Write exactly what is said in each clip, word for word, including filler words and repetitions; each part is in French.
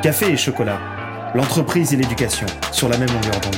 Café et chocolat, l'entreprise et l'éducation sur la même longueur d'onde.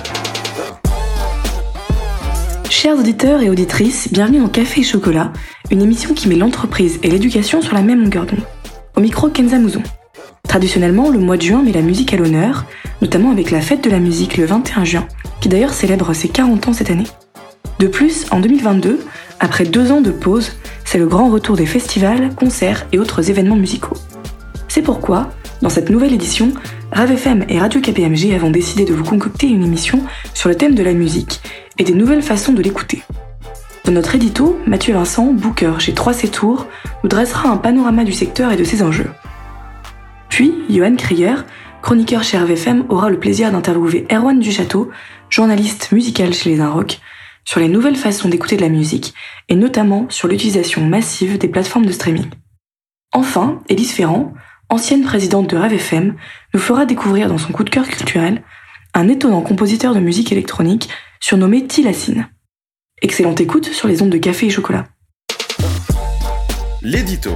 Chers auditeurs et auditrices, bienvenue dans Café et chocolat, une émission qui met l'entreprise et l'éducation sur la même longueur d'onde. Au micro, Kenza Mouzon. Traditionnellement, le mois de juin met la musique à l'honneur, notamment avec la fête de la musique le vingt et un juin, qui d'ailleurs célèbre ses quarante ans cette année. De plus, en deux mille vingt-deux, après deux ans de pause, c'est le grand retour des festivals, concerts et autres événements musicaux. C'est pourquoi, dans cette nouvelle édition, Rave F M et Radio K P M G avons décidé de vous concocter une émission sur le thème de la musique et des nouvelles façons de l'écouter. Dans notre édito, Mathieu Vincent, booker chez trois C Tours, nous dressera un panorama du secteur et de ses enjeux. Puis, Johan Krieger, chroniqueur chez Rave F M, aura le plaisir d'interviewer Erwan Duchâteau, journaliste musical chez Les Inrocks, sur les nouvelles façons d'écouter de la musique et notamment sur l'utilisation massive des plateformes de streaming. Enfin, Élise Ferrand, ancienne présidente de Rave F M, nous fera découvrir dans son coup de cœur culturel un étonnant compositeur de musique électronique surnommé Tilassine. Excellente écoute sur les ondes de Café et Chocolat. L'édito.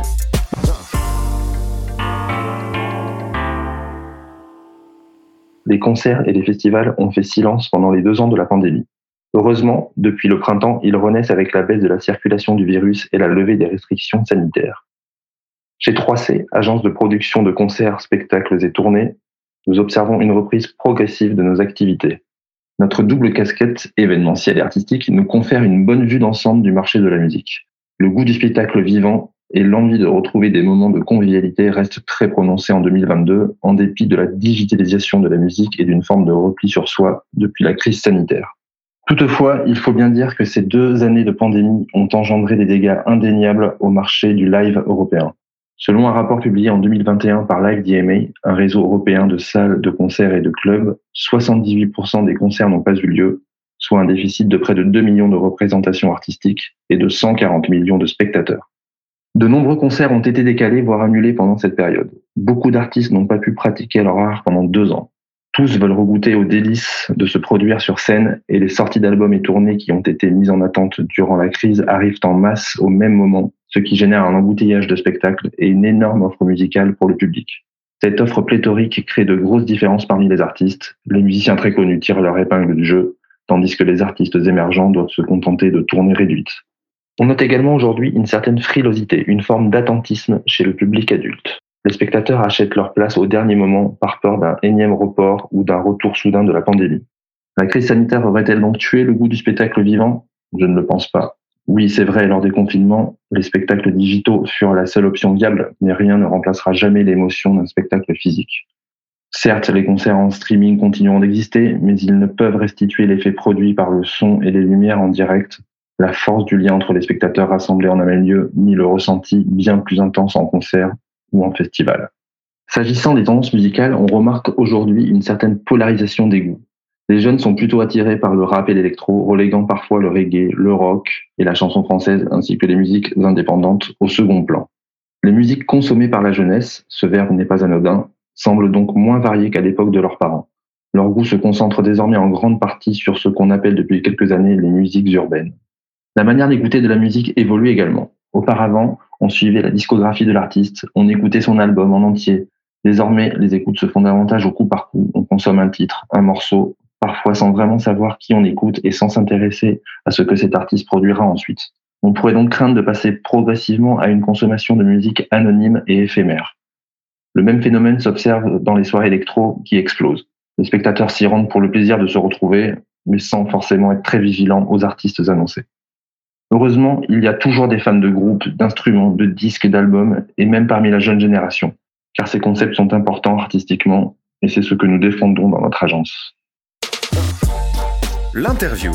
Les concerts et les festivals ont fait silence pendant les deux ans de la pandémie. Heureusement, depuis le printemps, ils renaissent avec la baisse de la circulation du virus et la levée des restrictions sanitaires. Chez trois C, agence de production de concerts, spectacles et tournées, nous observons une reprise progressive de nos activités. Notre double casquette, événementielle et artistique, nous confère une bonne vue d'ensemble du marché de la musique. Le goût du spectacle vivant et l'envie de retrouver des moments de convivialité restent très prononcés en deux mille vingt-deux, en dépit de la digitalisation de la musique et d'une forme de repli sur soi depuis la crise sanitaire. Toutefois, il faut bien dire que ces deux années de pandémie ont engendré des dégâts indéniables au marché du live européen. Selon un rapport publié en deux mille vingt et un par Live D M A, un réseau européen de salles de concerts et de clubs, soixante-dix-huit pour cent des concerts n'ont pas eu lieu, soit un déficit de près de deux millions de représentations artistiques et de cent quarante millions de spectateurs. De nombreux concerts ont été décalés, voire annulés pendant cette période. Beaucoup d'artistes n'ont pas pu pratiquer leur art pendant deux ans. Tous veulent regoûter aux délices de se produire sur scène et les sorties d'albums et tournées qui ont été mises en attente durant la crise arrivent en masse au même moment, ce qui génère un embouteillage de spectacles et une énorme offre musicale pour le public. Cette offre pléthorique crée de grosses différences parmi les artistes. Les musiciens très connus tirent leur épingle du jeu, tandis que les artistes émergents doivent se contenter de tournées réduites. On note également aujourd'hui une certaine frilosité, une forme d'attentisme chez le public adulte. Les spectateurs achètent leur place au dernier moment par peur d'un énième report ou d'un retour soudain de la pandémie. La crise sanitaire aurait-elle donc tué le goût du spectacle vivant ? Je ne le pense pas. Oui, c'est vrai, lors des confinements, les spectacles digitaux furent la seule option viable, mais rien ne remplacera jamais l'émotion d'un spectacle physique. Certes, les concerts en streaming continueront d'exister, mais ils ne peuvent restituer l'effet produit par le son et les lumières en direct, la force du lien entre les spectateurs rassemblés en un même lieu, ni le ressenti bien plus intense en concert ou en festival. S'agissant des tendances musicales, on remarque aujourd'hui une certaine polarisation des goûts. Les jeunes sont plutôt attirés par le rap et l'électro, reléguant parfois le reggae, le rock et la chanson française ainsi que les musiques indépendantes au second plan. Les musiques consommées par la jeunesse, ce verbe n'est pas anodin, semblent donc moins variées qu'à l'époque de leurs parents. Leur goût se concentre désormais en grande partie sur ce qu'on appelle depuis quelques années les musiques urbaines. La manière d'écouter de la musique évolue également. Auparavant, on suivait la discographie de l'artiste, on écoutait son album en entier. Désormais, les écoutes se font davantage au coup par coup. On consomme un titre, un morceau, parfois sans vraiment savoir qui on écoute et sans s'intéresser à ce que cet artiste produira ensuite. On pourrait donc craindre de passer progressivement à une consommation de musique anonyme et éphémère. Le même phénomène s'observe dans les soirées électro qui explosent. Les spectateurs s'y rendent pour le plaisir de se retrouver, mais sans forcément être très vigilants aux artistes annoncés. Heureusement, il y a toujours des fans de groupes, d'instruments, de disques, d'albums, et même parmi la jeune génération, car ces concepts sont importants artistiquement, et c'est ce que nous défendons dans notre agence. L'interview.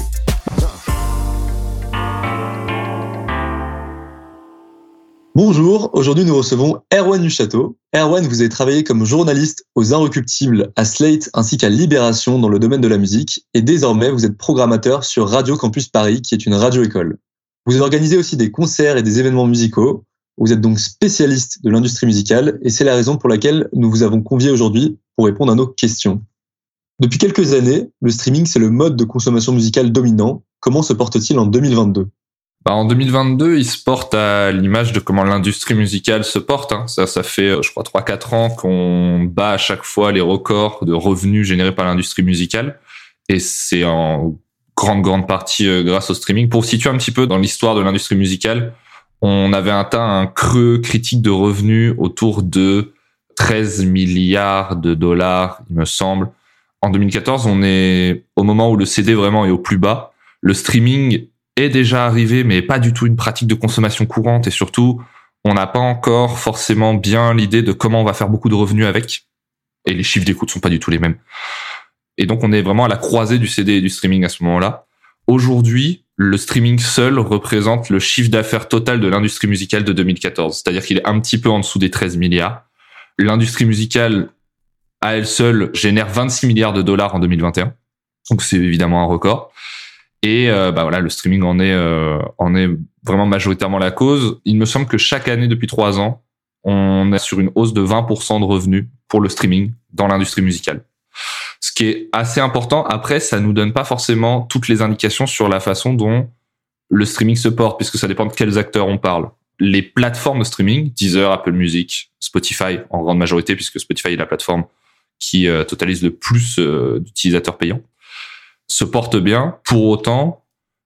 Bonjour, aujourd'hui nous recevons Erwan Duchâteau. Erwan, vous avez travaillé comme journaliste aux Inrecuptibles, à Slate ainsi qu'à Libération dans le domaine de la musique, et désormais vous êtes programmateur sur Radio Campus Paris, qui est une radio-école. Vous organisez aussi des concerts et des événements musicaux. Vous êtes donc spécialiste de l'industrie musicale et c'est la raison pour laquelle nous vous avons convié aujourd'hui pour répondre à nos questions. Depuis quelques années, le streaming, c'est le mode de consommation musicale dominant. Comment se porte-t-il en deux mille vingt-deux ? Bah, en deux mille vingt-deux, il se porte à l'image de comment l'industrie musicale se porte. Hein. Ça, ça fait, je crois, trois quatre ans qu'on bat à chaque fois les records de revenus générés par l'industrie musicale. Et c'est en grande, grande partie grâce au streaming. Pour situer un petit peu dans l'histoire de l'industrie musicale, on avait atteint un creux critique de revenus autour de treize milliards de dollars, il me semble. En deux mille quatorze, on est au moment où le C D vraiment est au plus bas. Le streaming est déjà arrivé, mais pas du tout une pratique de consommation courante. Et surtout, on n'a pas encore forcément bien l'idée de comment on va faire beaucoup de revenus avec. Et les chiffres d'écoute sont pas du tout les mêmes. Et donc, on est vraiment à la croisée du C D et du streaming à ce moment-là. Aujourd'hui, le streaming seul représente le chiffre d'affaires total de l'industrie musicale de deux mille quatorze. C'est-à-dire qu'il est un petit peu en dessous des treize milliards. L'industrie musicale, à elle seule, génère vingt-six milliards de dollars en deux mille vingt et un. Donc, c'est évidemment un record. Et euh, bah voilà, le streaming en est, euh, en est vraiment majoritairement la cause. Il me semble que chaque année, depuis trois ans, on est sur une hausse de vingt pour cent de revenus pour le streaming dans l'industrie musicale. Ce qui est assez important. Après, ça nous donne pas forcément toutes les indications sur la façon dont le streaming se porte, puisque ça dépend de quels acteurs on parle. Les plateformes de streaming, Deezer, Apple Music, Spotify en grande majorité, puisque Spotify est la plateforme qui euh, totalise le plus euh, d'utilisateurs payants, se portent bien. Pour autant,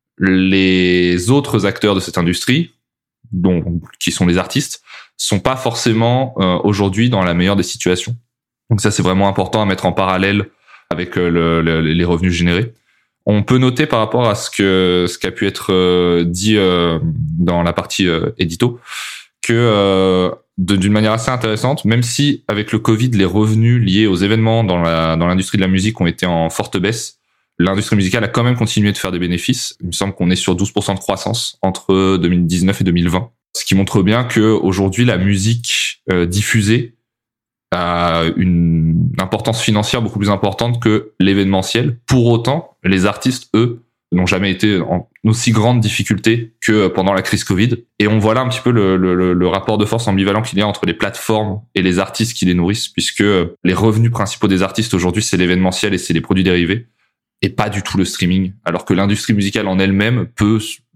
les autres acteurs de cette industrie, dont qui sont les artistes, sont pas forcément euh, aujourd'hui dans la meilleure des situations. Donc ça, c'est vraiment important à mettre en parallèle avec euh, le, le, les revenus générés. On peut noter par rapport à ce que ce qu'a pu être euh, dit euh, dans la partie euh, édito que euh, de, d'une manière assez intéressante, même si avec le Covid, les revenus liés aux événements dans la dans l'industrie de la musique ont été en forte baisse, l'industrie musicale a quand même continué de faire des bénéfices. Il me semble qu'on est sur douze pour cent de croissance entre deux mille dix-neuf et deux mille vingt, ce qui montre bien que aujourd'hui la musique euh, diffusée a une importance financière beaucoup plus importante que l'événementiel. Pour autant, les artistes, eux, n'ont jamais été en aussi grande difficulté que pendant la crise Covid. Et on voit là un petit peu le, le, le rapport de force ambivalent qu'il y a entre les plateformes et les artistes qui les nourrissent, puisque les revenus principaux des artistes aujourd'hui, c'est l'événementiel et c'est les produits dérivés, et pas du tout le streaming, alors que l'industrie musicale en elle-même peut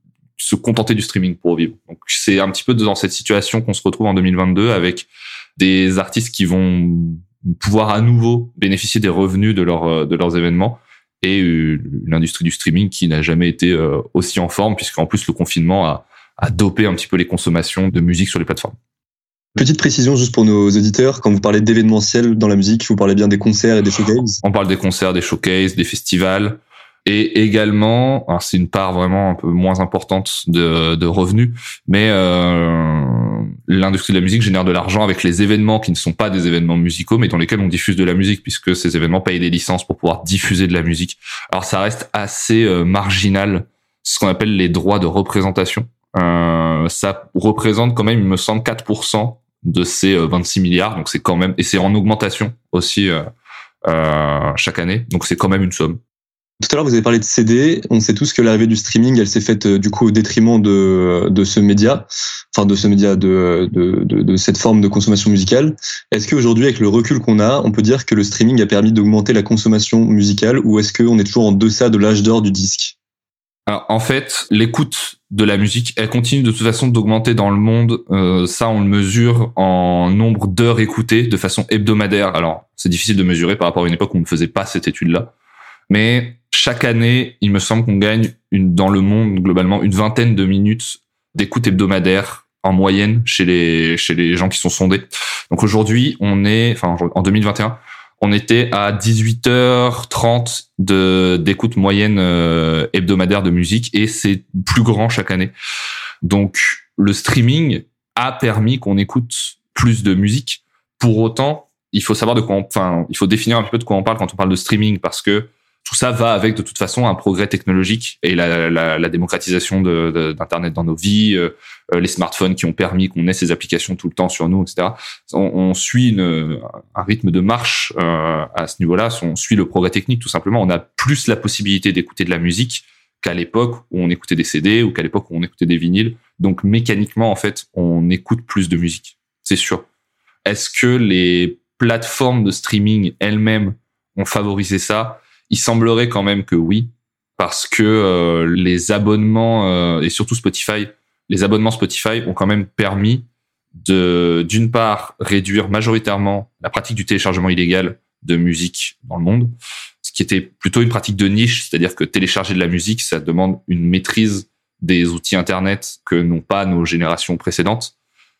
se contenter du streaming pour vivre. Donc c'est un petit peu dans cette situation qu'on se retrouve en deux mille vingt-deux, avec des artistes qui vont pouvoir à nouveau bénéficier des revenus de, leur, de leurs événements, et une industrie du streaming qui n'a jamais été aussi en forme, puisqu'en plus le confinement a, a dopé un petit peu les consommations de musique sur les plateformes. Petite précision juste pour nos auditeurs, quand vous parlez d'événementiel dans la musique, vous parlez bien des concerts et des showcases? On parle des concerts, des showcases, des festivals, et également, alors c'est une part vraiment un peu moins importante de, de revenus, mais euh, l'industrie de la musique génère de l'argent avec les événements qui ne sont pas des événements musicaux, mais dans lesquels on diffuse de la musique, puisque ces événements payent des licences pour pouvoir diffuser de la musique. Alors ça reste assez euh, marginal, ce qu'on appelle les droits de représentation. Euh, ça représente quand même, il me semble, quatre pour cent de ces vingt-six milliards, donc c'est quand même, et c'est en augmentation aussi euh, euh, chaque année, donc c'est quand même une somme. Tout à l'heure, vous avez parlé de C D. On sait tous que l'arrivée du streaming, elle s'est faite du coup au détriment de de ce média, enfin de ce média, de de de, de cette forme de consommation musicale. Est-ce qu'aujourd'hui, avec le recul qu'on a, on peut dire que le streaming a permis d'augmenter la consommation musicale, ou est-ce qu'on est toujours en deçà de l'âge d'or du disque? Alors, en fait, l'écoute de la musique, elle continue de toute façon d'augmenter dans le monde. Euh, ça, on le mesure en nombre d'heures écoutées de façon hebdomadaire. Alors, c'est difficile de mesurer par rapport à une époque où on ne faisait pas cette étude-là. Mais chaque année, il me semble qu'on gagne une, dans le monde, globalement, une vingtaine de minutes d'écoute hebdomadaire en moyenne chez les, chez les gens qui sont sondés. Donc aujourd'hui, on est, enfin, en deux mille vingt et un, on était à dix-huit heures trente de, d'écoute moyenne euh, hebdomadaire de musique, et c'est plus grand chaque année. Donc, le streaming a permis qu'on écoute plus de musique. Pour autant, il faut savoir de quoi on, enfin, il faut définir un peu de quoi on parle quand on parle de streaming, parce que tout ça va avec, de toute façon, un progrès technologique et la, la, la démocratisation de, de, d'Internet dans nos vies, euh, les smartphones qui ont permis qu'on ait ces applications tout le temps sur nous, et cetera. On, on suit une, un rythme de marche euh, à ce niveau-là. On suit le progrès technique, tout simplement. On a plus la possibilité d'écouter de la musique qu'à l'époque où on écoutait des C D ou qu'à l'époque où on écoutait des vinyles. Donc, mécaniquement, en fait, on écoute plus de musique. C'est sûr. Est-ce que les plateformes de streaming elles-mêmes ont favorisé ça? Il semblerait quand même que oui. parce que euh, les abonnements euh, et surtout Spotify, les abonnements Spotify ont quand même permis de, d'une part, réduire majoritairement la pratique du téléchargement illégal de musique dans le monde, ce qui était plutôt une pratique de niche, c'est-à-dire que télécharger de la musique, ça demande une maîtrise des outils Internet que n'ont pas nos générations précédentes.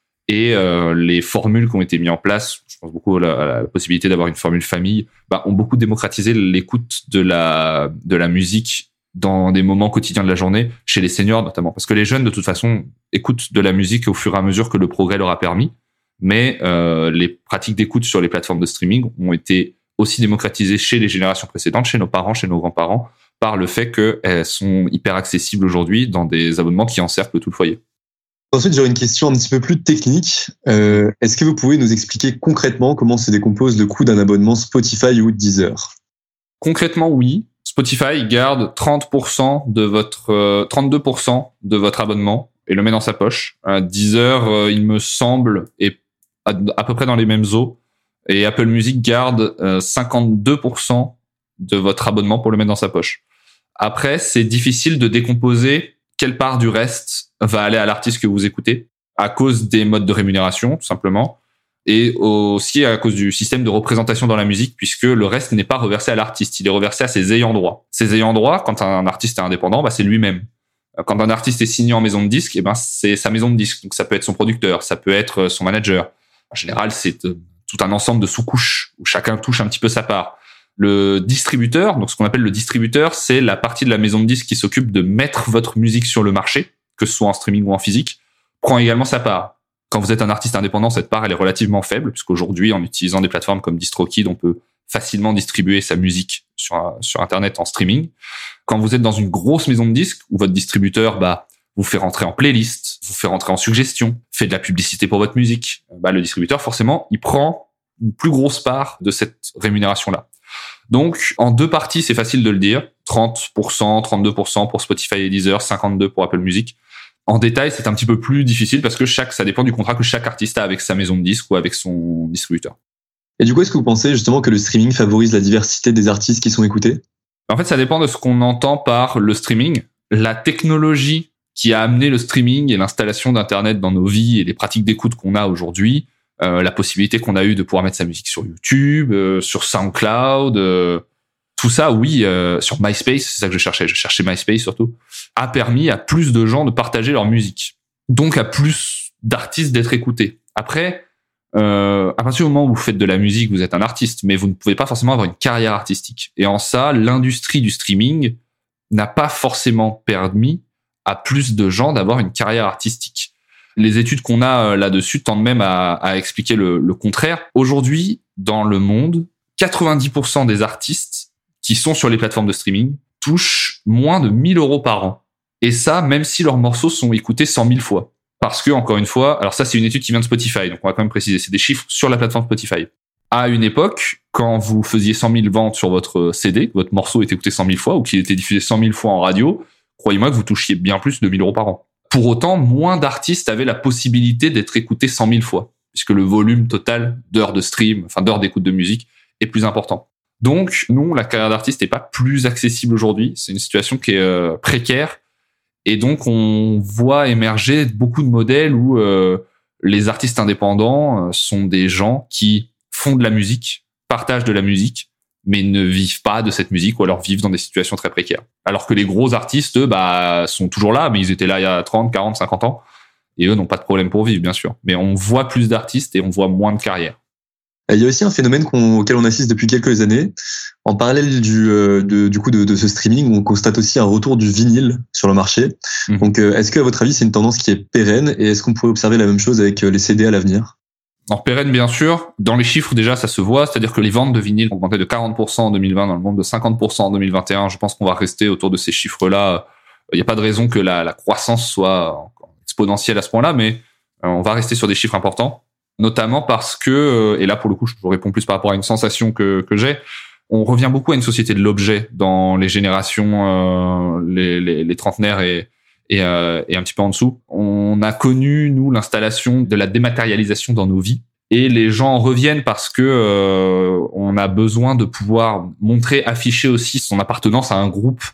Et euh, les formules qui ont été mises en place, je pense beaucoup à la, à la possibilité d'avoir une formule famille, bah, ont beaucoup démocratisé l'écoute de la, de la musique dans des moments quotidiens de la journée, chez les seniors notamment. Parce que les jeunes, de toute façon, écoutent de la musique au fur et à mesure que le progrès leur a permis. Mais euh, les pratiques d'écoute sur les plateformes de streaming ont été aussi démocratisées chez les générations précédentes, chez nos parents, chez nos grands-parents, par le fait qu'elles sont hyper accessibles aujourd'hui dans des abonnements qui encerclent tout le foyer. Ensuite, j'aurais une question un petit peu plus technique. Euh, est-ce que vous pouvez nous expliquer concrètement comment se décompose le coût d'un abonnement Spotify ou Deezer ? Concrètement, oui. Spotify garde trente pour cent de votre, euh, trente-deux pour cent de votre abonnement et le met dans sa poche. Euh, Deezer, euh, il me semble, est à, à peu près dans les mêmes eaux. Et Apple Music garde euh, cinquante-deux pour cent de votre abonnement pour le mettre dans sa poche. Après, c'est difficile de décomposer quelle part du reste va aller à l'artiste que vous écoutez à cause des modes de rémunération, tout simplement, et aussi à cause du système de représentation dans la musique, puisque le reste n'est pas reversé à l'artiste, il est reversé à ses ayants droit. Ses ayants droit, quand un artiste est indépendant, bah, c'est lui-même. Quand un artiste est signé en maison de disque, eh ben, c'est sa maison de disque. Donc, ça peut être son producteur, ça peut être son manager. En général, c'est tout un ensemble de sous-couches où chacun touche un petit peu sa part. Le distributeur, donc ce qu'on appelle le distributeur, c'est la partie de la maison de disques qui s'occupe de mettre votre musique sur le marché, que ce soit en streaming ou en physique, prend également sa part. Quand vous êtes un artiste indépendant, cette part, elle est relativement faible, puisqu'aujourd'hui, en utilisant des plateformes comme DistroKid, on peut facilement distribuer sa musique sur, sur Internet en streaming. Quand vous êtes dans une grosse maison de disques, où votre distributeur, bah, vous fait rentrer en playlist, vous fait rentrer en suggestion, fait de la publicité pour votre musique, bah, le distributeur, forcément, il prend une plus grosse part de cette rémunération-là. Donc, en deux parties, c'est facile de le dire. trente pour cent, trente-deux pour cent pour Spotify et Deezer, cinquante-deux pour cent pour Apple Music. En détail, c'est un petit peu plus difficile parce que chaque, ça dépend du contrat que chaque artiste a avec sa maison de disques ou avec son distributeur. Et du coup, est-ce que vous pensez justement que le streaming favorise la diversité des artistes qui sont écoutés ? En fait, ça dépend de ce qu'on entend par le streaming. La technologie qui a amené le streaming et l'installation d'Internet dans nos vies et les pratiques d'écoute qu'on a aujourd'hui, Euh, la possibilité qu'on a eue de pouvoir mettre sa musique sur YouTube, euh, sur SoundCloud, euh, tout ça, oui, euh, sur MySpace, c'est ça que je cherchais, je cherchais MySpace surtout, a permis à plus de gens de partager leur musique. Donc à plus d'artistes d'être écoutés. Après, euh, à partir du moment où vous faites de la musique, vous êtes un artiste, mais vous ne pouvez pas forcément avoir une carrière artistique. Et en ça, l'industrie du streaming n'a pas forcément permis à plus de gens d'avoir une carrière artistique. Les études qu'on a là-dessus tendent même à, à expliquer le, le contraire. Aujourd'hui, dans le monde, quatre-vingt-dix pour cent des artistes qui sont sur les plateformes de streaming touchent moins de mille euros par an. Et ça, même si leurs morceaux sont écoutés cent mille fois. Parce que, encore une fois, alors ça, c'est une étude qui vient de Spotify, donc on va quand même préciser, c'est des chiffres sur la plateforme Spotify. À une époque, quand vous faisiez cent mille ventes sur votre C D, votre morceau était écouté cent mille fois, ou qu'il était diffusé cent mille fois en radio, croyez-moi que vous touchiez bien plus de mille euros par an. Pour autant, moins d'artistes avaient la possibilité d'être écoutés cent mille fois, puisque le volume total d'heures de stream, enfin d'heures d'écoute de musique, est plus important. Donc, non, la carrière d'artiste n'est pas plus accessible aujourd'hui. C'est une situation qui est euh, précaire. Et donc, on voit émerger beaucoup de modèles où euh, les artistes indépendants euh, sont des gens qui font de la musique, partagent de la musique, mais ne vivent pas de cette musique ou alors vivent dans des situations très précaires. Alors que les gros artistes, eux, bah, sont toujours là, mais ils étaient là il y a trente, quarante, cinquante ans. Et eux n'ont pas de problème pour vivre, bien sûr. Mais on voit plus d'artistes et on voit moins de carrières. Il y a aussi un phénomène qu'on, auquel on assiste depuis quelques années. En parallèle du, euh, de, du coup de, de ce streaming, on constate aussi un retour du vinyle sur le marché. Mmh. Donc, euh, est-ce que, à votre avis, c'est une tendance qui est pérenne et est-ce qu'on pourrait observer la même chose avec les C D à l'avenir ? En pérenne, bien sûr. Dans les chiffres, déjà, ça se voit. C'est-à-dire que les ventes de vinyle ont augmenté de quarante pour cent en deux mille vingt dans le monde, de cinquante pour cent en deux mille vingt et un. Je pense qu'on va rester autour de ces chiffres-là. Il n'y a pas de raison que la, la croissance soit exponentielle à ce point-là, mais on va rester sur des chiffres importants. Notamment parce que, et là, pour le coup, je vous réponds plus par rapport à une sensation que, que j'ai, on revient beaucoup à une société de l'objet dans les générations, euh, les, les, les trentenaires et, et, euh, et un petit peu en dessous. On a connu, nous, l'installation de la dématérialisation dans nos vies. Et les gens reviennent parce que euh, on a besoin de pouvoir montrer, afficher aussi son appartenance à un groupe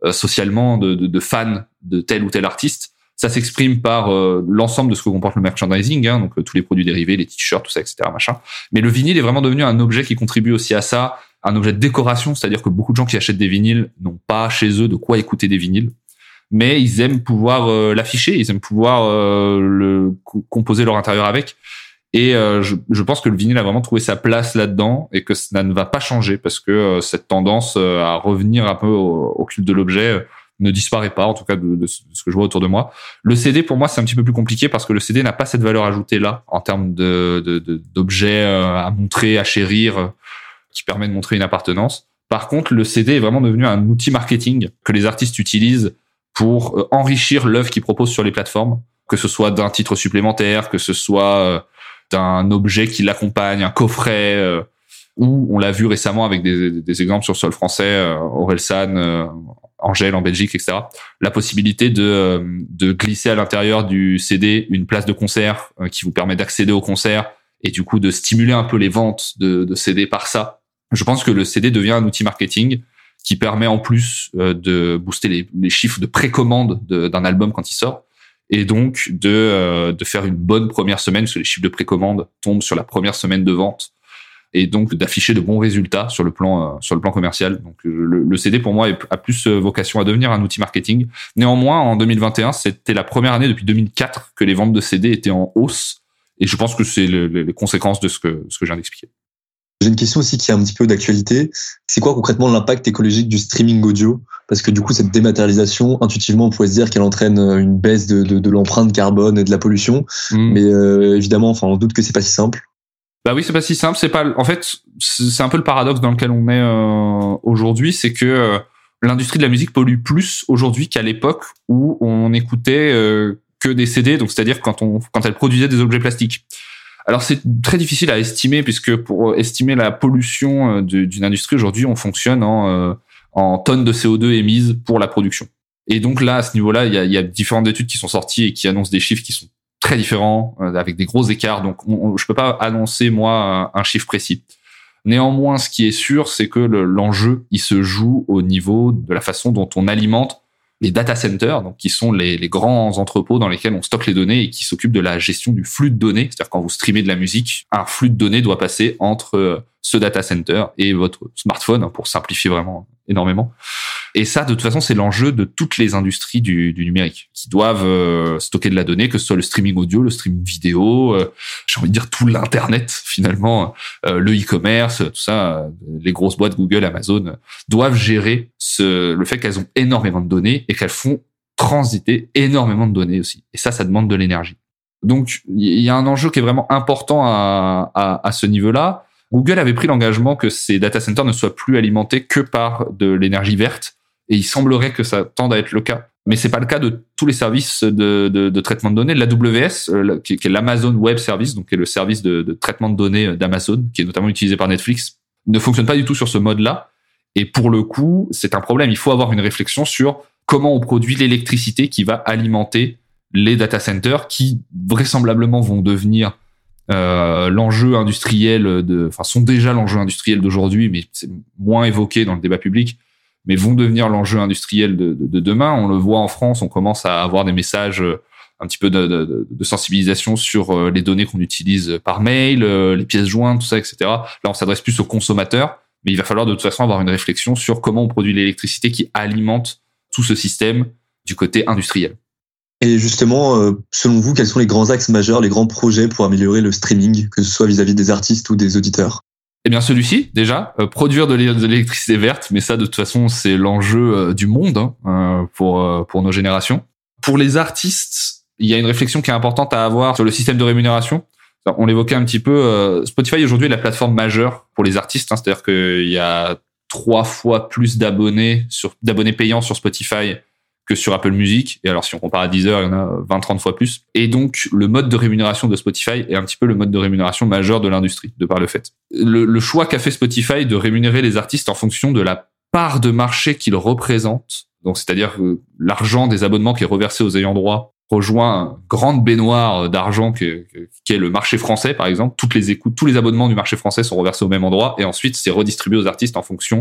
euh, socialement de, de, de fans de tel ou tel artiste. Ça s'exprime par euh, l'ensemble de ce que comporte le merchandising, hein, donc euh, tous les produits dérivés, les t-shirts, tout ça, et cetera. Machin. Mais le vinyle est vraiment devenu un objet qui contribue aussi à ça, un objet de décoration, c'est-à-dire que beaucoup de gens qui achètent des vinyles n'ont pas chez eux de quoi écouter des vinyles, mais ils aiment pouvoir euh, l'afficher, ils aiment pouvoir euh, le co- composer leur intérieur avec. Et euh, je, je pense que le vinyle a vraiment trouvé sa place là-dedans et que ça ne va pas changer parce que euh, cette tendance euh, à revenir un peu au, au culte de l'objet euh, ne disparaît pas, en tout cas de, de ce que je vois autour de moi. Le C D, pour moi, c'est un petit peu plus compliqué parce que le C D n'a pas cette valeur ajoutée là, en termes de, de, de, d'objets à montrer, à chérir, qui permet de montrer une appartenance. Par contre, le C D est vraiment devenu un outil marketing que les artistes utilisent pour enrichir l'œuvre qu'ils proposent sur les plateformes, que ce soit d'un titre supplémentaire, que ce soit d'un objet qui l'accompagne, un coffret, euh, ou on l'a vu récemment avec des, des exemples sur le sol français, euh, Orelsan, euh, Angèle en Belgique, et cetera. La possibilité de, de glisser à l'intérieur du C D une place de concert euh, qui vous permet d'accéder au concert et du coup de stimuler un peu les ventes de, de C D par ça. Je pense que le C D devient un outil marketing qui permet en plus euh, de booster les, les chiffres de précommande de, d'un album quand il sort et donc de, euh, de faire une bonne première semaine parce que les chiffres de précommande tombent sur la première semaine de vente. Et donc d'afficher de bons résultats sur le plan euh, sur le plan commercial. Donc le, le C D pour moi a plus vocation à devenir un outil marketing. Néanmoins, en deux mille vingt et un, c'était la première année depuis deux mille quatre que les ventes de C D étaient en hausse. Et je pense que c'est le, le, les conséquences de ce que ce que je viens d'expliquer. J'ai une question aussi qui est un petit peu d'actualité. C'est quoi concrètement l'impact écologique du streaming audio ? Parce que du coup, cette dématérialisation, intuitivement, on pourrait se dire qu'elle entraîne une baisse de, de, de l'empreinte carbone et de la pollution. Mmh. Mais euh, évidemment, enfin, on doute que c'est pas si simple. Bah oui, c'est pas si simple. C'est pas. En fait, c'est un peu le paradoxe dans lequel on est euh, aujourd'hui, c'est que euh, l'industrie de la musique pollue plus aujourd'hui qu'à l'époque où on écoutait euh, que des C D. Donc, c'est-à-dire quand on quand elle produisait des objets plastiques. Alors, c'est très difficile à estimer puisque pour estimer la pollution de, d'une industrie aujourd'hui, on fonctionne en euh, en tonnes de C O deux émises pour la production. Et donc là, à ce niveau-là, il y a, il y a différentes études qui sont sorties et qui annoncent des chiffres qui sont très différents, euh, avec des gros écarts. Donc, on, on, je peux pas annoncer, moi, un, un chiffre précis. Néanmoins, ce qui est sûr, c'est que le, l'enjeu, il se joue au niveau de la façon dont on alimente les data centers, donc qui sont les, les grands entrepôts dans lesquels on stocke les données et qui s'occupent de la gestion du flux de données. C'est-à-dire quand vous streamez de la musique, un flux de données doit passer entre ce data center et votre smartphone, pour simplifier vraiment énormément. Et ça, de toute façon, c'est l'enjeu de toutes les industries du, du numérique qui doivent euh, stocker de la donnée, que ce soit le streaming audio, le streaming vidéo, euh, j'ai envie de dire tout l'internet finalement, euh, le e-commerce, tout ça, euh, les grosses boîtes Google, Amazon euh, doivent gérer ce, le fait qu'elles ont énormément de données et qu'elles font transiter énormément de données aussi. Et ça, ça demande de l'énergie. Donc, il y a un enjeu qui est vraiment important à, à, à ce niveau-là. Google avait pris l'engagement que ces data centers ne soient plus alimentés que par de l'énergie verte. Et il semblerait que ça tende à être le cas. Mais c'est pas le cas de tous les services de, de, de traitement de données. L'A W S, euh, qui, qui est l'Amazon Web Service, donc qui est le service de, de traitement de données d'Amazon, qui est notamment utilisé par Netflix, ne fonctionne pas du tout sur ce mode-là. Et pour le coup, c'est un problème. Il faut avoir une réflexion sur comment on produit l'électricité qui va alimenter les data centers, qui vraisemblablement vont devenir euh, l'enjeu industriel de, enfin, sont déjà l'enjeu industriel d'aujourd'hui, mais c'est moins évoqué dans le débat public, mais vont devenir l'enjeu industriel de, de, de demain. On le voit en France, on commence à avoir des messages un petit peu de, de, de sensibilisation sur les données qu'on utilise par mail, les pièces jointes, tout ça, et cetera. Là, on s'adresse plus aux consommateurs, mais il va falloir de toute façon avoir une réflexion sur comment on produit l'électricité qui alimente tout ce système du côté industriel. Et justement, selon vous, quels sont les grands axes majeurs, les grands projets pour améliorer le streaming, que ce soit vis-à-vis des artistes ou des auditeurs ? Eh bien, celui-ci, déjà, euh, produire de l'électricité verte, mais ça, de toute façon, c'est l'enjeu euh, du monde hein, euh, pour euh, pour nos générations. Pour les artistes, il y a une réflexion qui est importante à avoir sur le système de rémunération. On l'évoquait un petit peu. Euh, Spotify aujourd'hui est la plateforme majeure pour les artistes, hein, c'est-à-dire qu'il y a trois fois plus d'abonnés sur d'abonnés payants sur Spotify que sur Apple Music. Et alors, si on compare à Deezer, il y en a vingt à trente fois plus. Et donc, le mode de rémunération de Spotify est un petit peu le mode de rémunération majeur de l'industrie, de par le fait. Le, le choix qu'a fait Spotify de rémunérer les artistes en fonction de la part de marché qu'ils représentent, donc c'est-à-dire que l'argent des abonnements qui est reversé aux ayants droit rejoint une grande baignoire d'argent qui est le marché français, par exemple. Toutes les écoutes, tous les abonnements du marché français sont reversés au même endroit et ensuite c'est redistribué aux artistes en fonction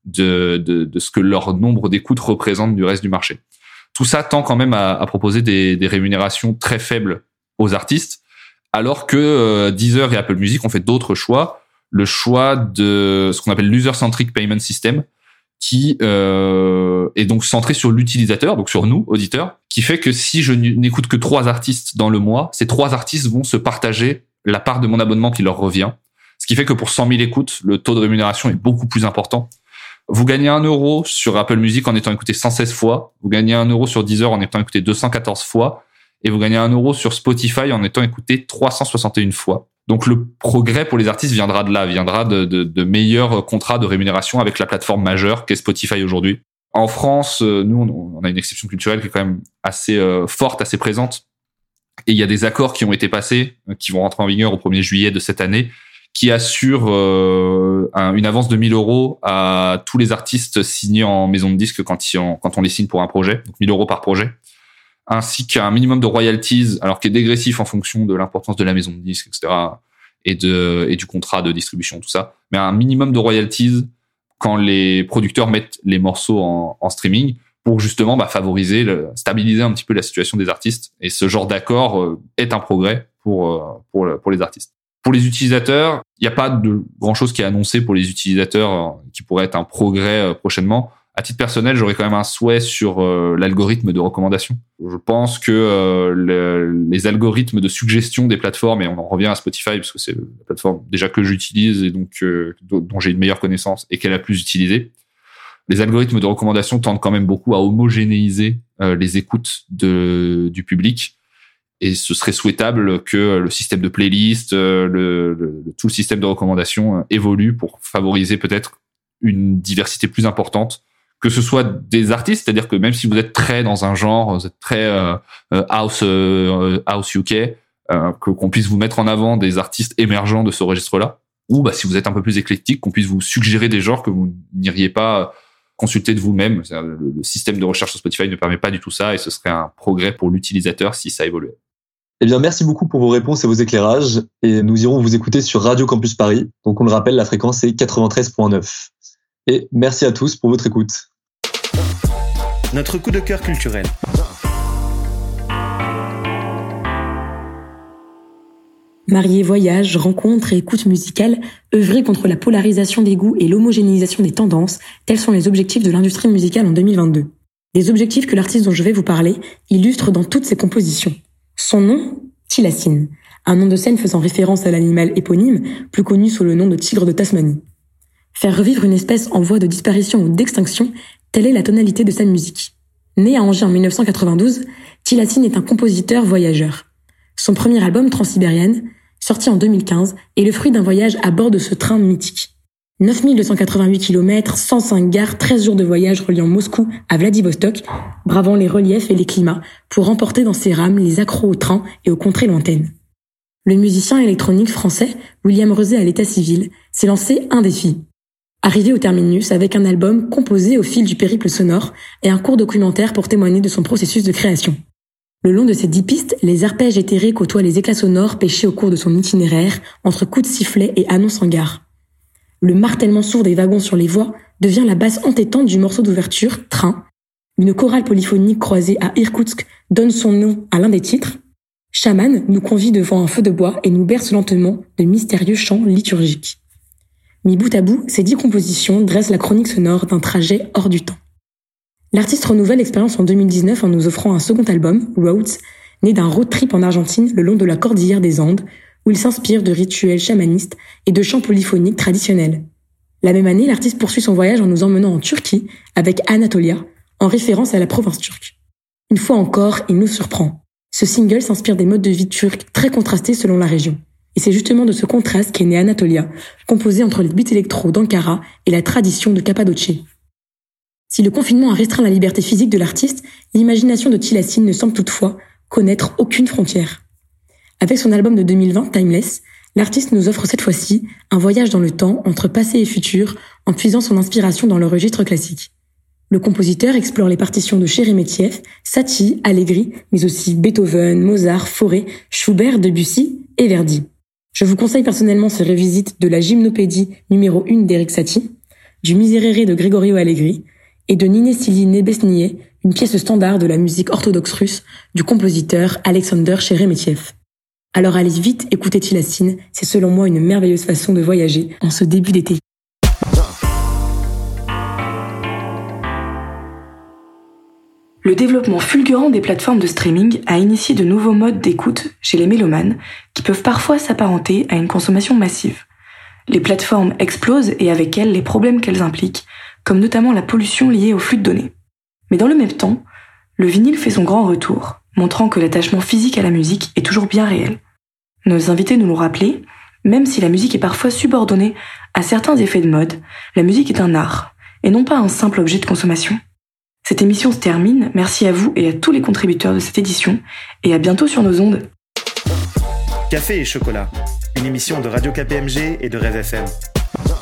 de, de, de ce que leur nombre d'écoutes représente du reste du marché. Tout ça tend quand même à, à proposer des, des rémunérations très faibles aux artistes, alors que euh, Deezer et Apple Music ont fait d'autres choix. Le choix de ce qu'on appelle l'user-centric payment system, qui euh, est donc centré sur l'utilisateur, donc sur nous, auditeurs, qui fait que si je n'écoute que trois artistes dans le mois, ces trois artistes vont se partager la part de mon abonnement qui leur revient. Ce qui fait que pour cent mille écoutes, le taux de rémunération est beaucoup plus important. Vous gagnez un euro sur Apple Music en étant écouté cent seize fois, vous gagnez un euro sur Deezer en étant écouté deux cent quatorze fois, et vous gagnez un euro sur Spotify en étant écouté trois cent soixante et une fois. Donc le progrès pour les artistes viendra de là, viendra de, de, de meilleurs contrats de rémunération avec la plateforme majeure qu'est Spotify aujourd'hui. En France, nous, on a une exception culturelle qui est quand même assez euh, forte, assez présente. Et il y a des accords qui ont été passés, qui vont rentrer en vigueur au premier juillet de cette année, qui assurent euh, un, une avance de mille euros à tous les artistes signés en maison de disque quand, ils ont, quand on les signe pour un projet, donc mille euros par projet, ainsi qu'un minimum de royalties, alors qui est dégressif en fonction de l'importance de la maison de disque, et cetera, et, de, et du contrat de distribution, tout ça, mais un minimum de royalties quand les producteurs mettent les morceaux en, en streaming pour justement bah, favoriser, le, stabiliser un petit peu la situation des artistes. Et ce genre d'accord euh, est un progrès pour, euh, pour, pour les artistes. Pour les utilisateurs, il n'y a pas de grand-chose qui est annoncé pour les utilisateurs euh, qui pourrait être un progrès euh, prochainement. À titre personnel, j'aurais quand même un souhait sur euh, l'algorithme de recommandation. Je pense que euh, le, les algorithmes de suggestion des plateformes, et on en revient à Spotify parce que c'est la plateforme déjà que j'utilise et donc euh, dont j'ai une meilleure connaissance et qu'elle a plus utilisée, les algorithmes de recommandation tendent quand même beaucoup à homogénéiser euh, les écoutes de, du public. Et ce serait souhaitable que le système de playlist, euh, le, le, tout le système de recommandation euh, évolue pour favoriser peut-être une diversité plus importante, que ce soit des artistes, c'est-à-dire que même si vous êtes très dans un genre, vous êtes très euh, house euh, house U K, euh, que qu'on puisse vous mettre en avant des artistes émergents de ce registre-là, ou bah si vous êtes un peu plus éclectique, qu'on puisse vous suggérer des genres que vous n'iriez pas consulter de vous-même. Le, le système de recherche sur Spotify ne permet pas du tout ça, et ce serait un progrès pour l'utilisateur si ça évoluait. Eh bien, merci beaucoup pour vos réponses et vos éclairages. Et nous irons vous écouter sur Radio Campus Paris. Donc, on le rappelle, la fréquence est quatre-vingt-treize virgule neuf. Et merci à tous pour votre écoute. Notre coup de cœur culturel. Marier voyage, rencontres et écoute musicale, œuvrer contre la polarisation des goûts et l'homogénéisation des tendances, tels sont les objectifs de l'industrie musicale en deux mille vingt-deux. Des objectifs que l'artiste dont je vais vous parler illustre dans toutes ses compositions. Son nom, Tilassine, un nom de scène faisant référence à l'animal éponyme, plus connu sous le nom de tigre de Tasmanie. Faire revivre une espèce en voie de disparition ou d'extinction, telle est la tonalité de sa musique. Né à Angers en mille neuf cent quatre-vingt-douze, Tilassine est un compositeur voyageur. Son premier album, Transsibérienne, sorti en deux mille quinze, est le fruit d'un voyage à bord de ce train mythique. neuf mille deux cent quatre-vingt-huit kilomètres, cent cinq gares, treize jours de voyage reliant Moscou à Vladivostok, bravant les reliefs et les climats, pour emporter dans ses rames les accros au train et aux contrées lointaines. Le musicien électronique français, William Rezé à l'état civil, s'est lancé un défi. Arrivé au terminus avec un album composé au fil du périple sonore et un court documentaire pour témoigner de son processus de création. Le long de ces dix pistes, les arpèges éthérés côtoient les éclats sonores pêchés au cours de son itinéraire entre coups de sifflet et annonces en gare. Le martèlement sourd des wagons sur les voies devient la basse entêtante du morceau d'ouverture, Train. Une chorale polyphonique croisée à Irkoutsk donne son nom à l'un des titres. Chaman nous convie devant un feu de bois et nous berce lentement de mystérieux chants liturgiques. Mis bout à bout, ces dix compositions dressent la chronique sonore d'un trajet hors du temps. L'artiste renouvelle l'expérience en deux mille dix-neuf en nous offrant un second album, Roads, né d'un road trip en Argentine le long de la cordillère des Andes, où il s'inspire de rituels chamanistes et de chants polyphoniques traditionnels. La même année, l'artiste poursuit son voyage en nous emmenant en Turquie avec Anatolia, en référence à la province turque. Une fois encore, il nous surprend. Ce single s'inspire des modes de vie turcs très contrastés selon la région. Et c'est justement de ce contraste qu'est né Anatolia, composé entre les beats électro d'Ankara et la tradition de Cappadoce. Si le confinement a restreint la liberté physique de l'artiste, l'imagination de Tilassine ne semble toutefois connaître aucune frontière. Avec son album de deux mille vingt, Timeless, l'artiste nous offre cette fois-ci un voyage dans le temps entre passé et futur en puisant son inspiration dans le registre classique. Le compositeur explore les partitions de Sheremetyev, Satie, Allegri, mais aussi Beethoven, Mozart, Fauré, Schubert, Debussy et Verdi. Je vous conseille personnellement ces revisites de la Gymnopédie numéro un d'Erik Satie. du Miserere de Gregorio Allegri, et de Nine Stili Nebesnie, une pièce standard de la musique orthodoxe russe du compositeur Alexander Sheremetyev. Alors allez vite écouter Tilassine, c'est selon moi une merveilleuse façon de voyager en ce début d'été. Le développement fulgurant des plateformes de streaming a initié de nouveaux modes d'écoute chez les mélomanes qui peuvent parfois s'apparenter à une consommation massive. Les plateformes explosent et avec elles les problèmes qu'elles impliquent, comme notamment la pollution liée au flux de données. Mais dans le même temps, le vinyle fait son grand retour, montrant que l'attachement physique à la musique est toujours bien réel. Nos invités nous l'ont rappelé, même si la musique est parfois subordonnée à certains effets de mode, la musique est un art, et non pas un simple objet de consommation. Cette émission se termine, merci à vous et à tous les contributeurs de cette édition, et à bientôt sur nos ondes. Café et chocolat, une émission de Radio K P M G et de Rêve F M.